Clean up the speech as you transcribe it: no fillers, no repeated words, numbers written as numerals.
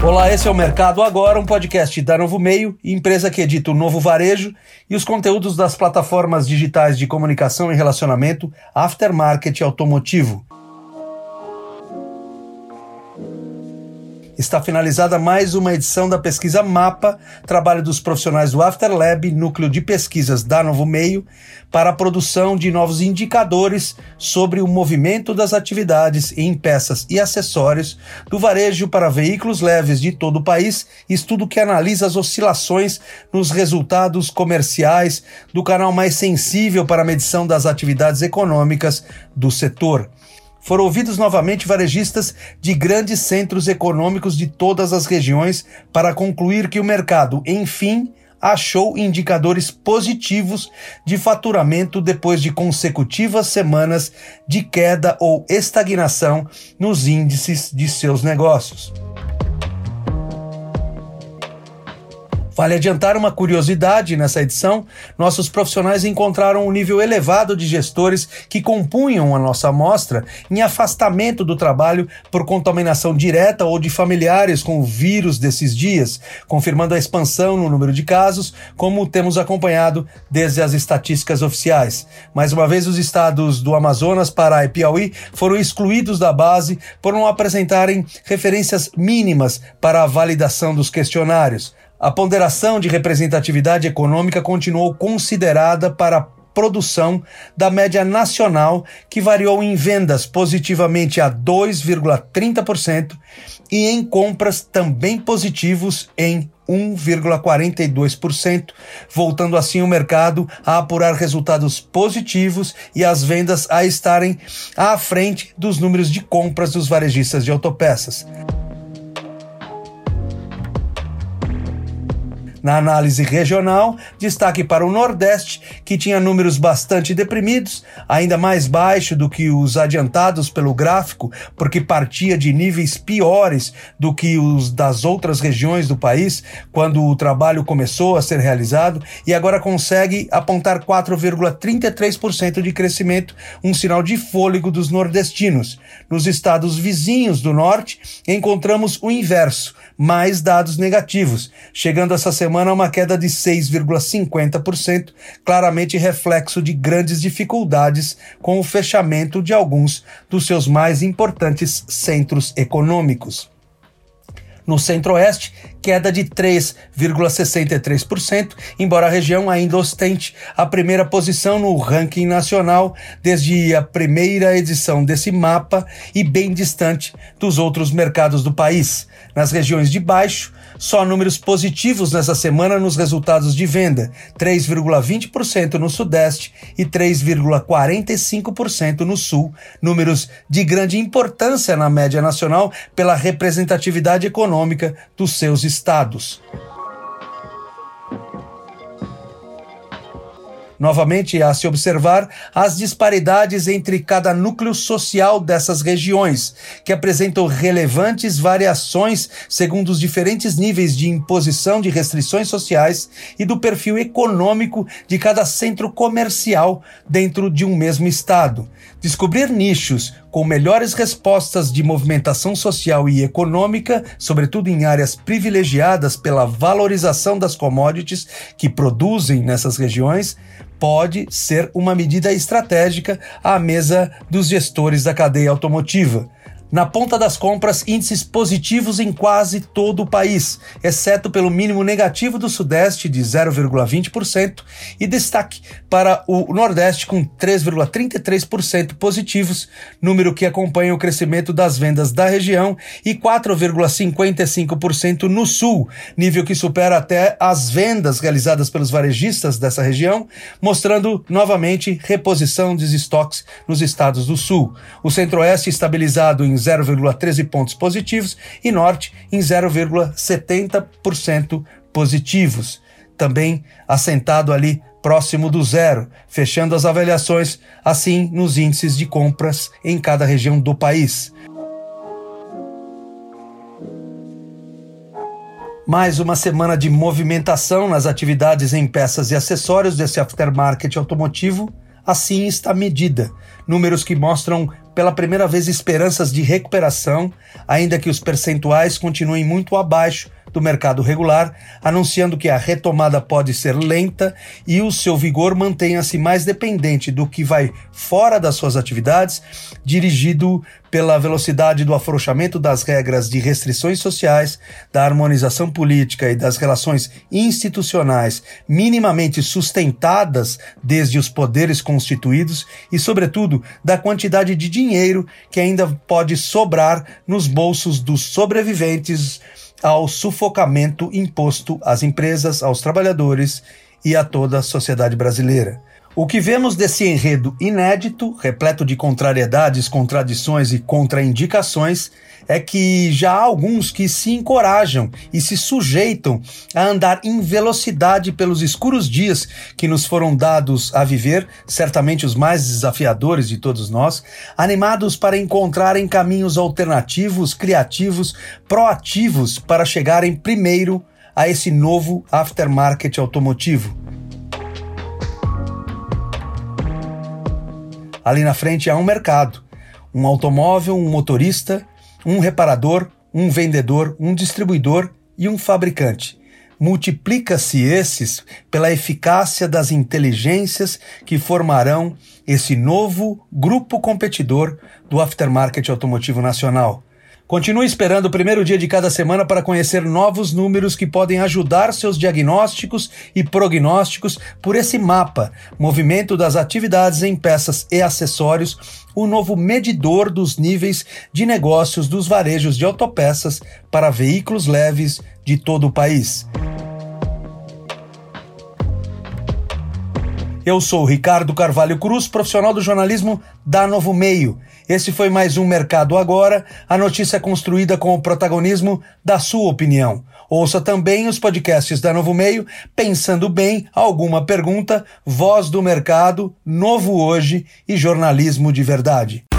Olá, esse é o Mercado Agora, um podcast da Novo Meio, empresa que edita o Novo Varejo e os conteúdos das plataformas digitais de comunicação e relacionamento Aftermarket Automotivo. Está finalizada mais uma edição da pesquisa MAPA, trabalho dos profissionais do Afterlab, núcleo de pesquisas da Novo Meio, para a produção de novos indicadores sobre o movimento das atividades em peças e acessórios do varejo para veículos leves de todo o país, estudo que analisa as oscilações nos resultados comerciais do canal mais sensível para a medição das atividades econômicas do setor. Foram ouvidos novamente varejistas de grandes centros econômicos de todas as regiões para concluir que o mercado, enfim, achou indicadores positivos de faturamento depois de consecutivas semanas de queda ou estagnação nos índices de seus negócios. Vale adiantar uma curiosidade nessa edição: nossos profissionais encontraram um nível elevado de gestores que compunham a nossa amostra em afastamento do trabalho por contaminação direta ou de familiares com o vírus desses dias, confirmando a expansão no número de casos, como temos acompanhado desde as estatísticas oficiais. Mais uma vez, os estados do Amazonas, Pará e Piauí foram excluídos da base por não apresentarem referências mínimas para a validação dos questionários. A ponderação de representatividade econômica continuou considerada para a produção da média nacional, que variou em vendas positivamente a 2,30% e em compras também positivos em 1,42%, voltando assim o mercado a apurar resultados positivos e as vendas a estarem à frente dos números de compras dos varejistas de autopeças. Na análise regional, destaque para o Nordeste, que tinha números bastante deprimidos, ainda mais baixo do que os adiantados pelo gráfico, porque partia de níveis piores do que os das outras regiões do país, quando o trabalho começou a ser realizado, e agora consegue apontar 4,33% de crescimento, um sinal de fôlego dos nordestinos. Nos estados vizinhos do Norte, encontramos o inverso, mais dados negativos, chegando essa semana a uma queda de 6,50%, claramente reflexo de grandes dificuldades com o fechamento de alguns dos seus mais importantes centros econômicos. No Centro-Oeste, queda de 3,63%, embora a região ainda ostente a primeira posição no ranking nacional desde a primeira edição desse mapa e bem distante dos outros mercados do país. Nas regiões de baixo, só números positivos nessa semana nos resultados de venda, 3,20% no Sudeste e 3,45% no Sul, números de grande importância na média nacional pela representatividade econômica dos seus estados. Novamente, há se observar as disparidades entre cada núcleo social dessas regiões, que apresentam relevantes variações segundo os diferentes níveis de imposição de restrições sociais e do perfil econômico de cada centro comercial dentro de um mesmo estado. Descobrir nichos com melhores respostas de movimentação social e econômica, sobretudo em áreas privilegiadas pela valorização das commodities que produzem nessas regiões, pode ser uma medida estratégica à mesa dos gestores da cadeia automotiva. Na ponta das compras, índices positivos em quase todo o país, exceto pelo mínimo negativo do Sudeste de 0,20% e destaque para o Nordeste com 3,33% positivos, número que acompanha o crescimento das vendas da região, e 4,55% no Sul, nível que supera até as vendas realizadas pelos varejistas dessa região, mostrando novamente reposição dos estoques nos estados do Sul. O Centro-Oeste estabilizado em 0,13 pontos positivos e Norte em 0,70% positivos. Também assentado ali próximo do zero, fechando as avaliações assim nos índices de compras em cada região do país. Mais uma semana de movimentação nas atividades em peças e acessórios desse aftermarket automotivo, assim está medida. Números que mostram pela primeira vez esperanças de recuperação, ainda que os percentuais continuem muito abaixo do mercado regular, anunciando que a retomada pode ser lenta e o seu vigor mantenha-se mais dependente do que vai fora das suas atividades, dirigido pela velocidade do afrouxamento das regras de restrições sociais, da harmonização política e das relações institucionais minimamente sustentadas desde os poderes constituídos e, sobretudo, da quantidade de dinheiro que ainda pode sobrar nos bolsos dos sobreviventes ao sufocamento imposto às empresas, aos trabalhadores e a toda a sociedade brasileira. O que vemos desse enredo inédito, repleto de contrariedades, contradições e contraindicações, é que já há alguns que se encorajam e se sujeitam a andar em velocidade pelos escuros dias que nos foram dados a viver, certamente os mais desafiadores de todos nós, animados para encontrarem caminhos alternativos, criativos, proativos para chegarem primeiro a esse novo aftermarket automotivo. Ali na frente há um mercado, um automóvel, um motorista, um reparador, um vendedor, um distribuidor e um fabricante. Multiplica-se esses pela eficácia das inteligências que formarão esse novo grupo competidor do aftermarket automotivo nacional. Continue esperando o primeiro dia de cada semana para conhecer novos números que podem ajudar seus diagnósticos e prognósticos por esse mapa, movimento das atividades em peças e acessórios, o novo medidor dos níveis de negócios dos varejos de autopeças para veículos leves de todo o país. Eu sou Ricardo Carvalho Cruz, profissional do jornalismo da Novo Meio. Esse foi mais um Mercado Agora, a notícia construída com o protagonismo da sua opinião. Ouça também os podcasts da Novo Meio, Pensando Bem, Alguma Pergunta, Voz do Mercado, Novo Hoje e Jornalismo de Verdade.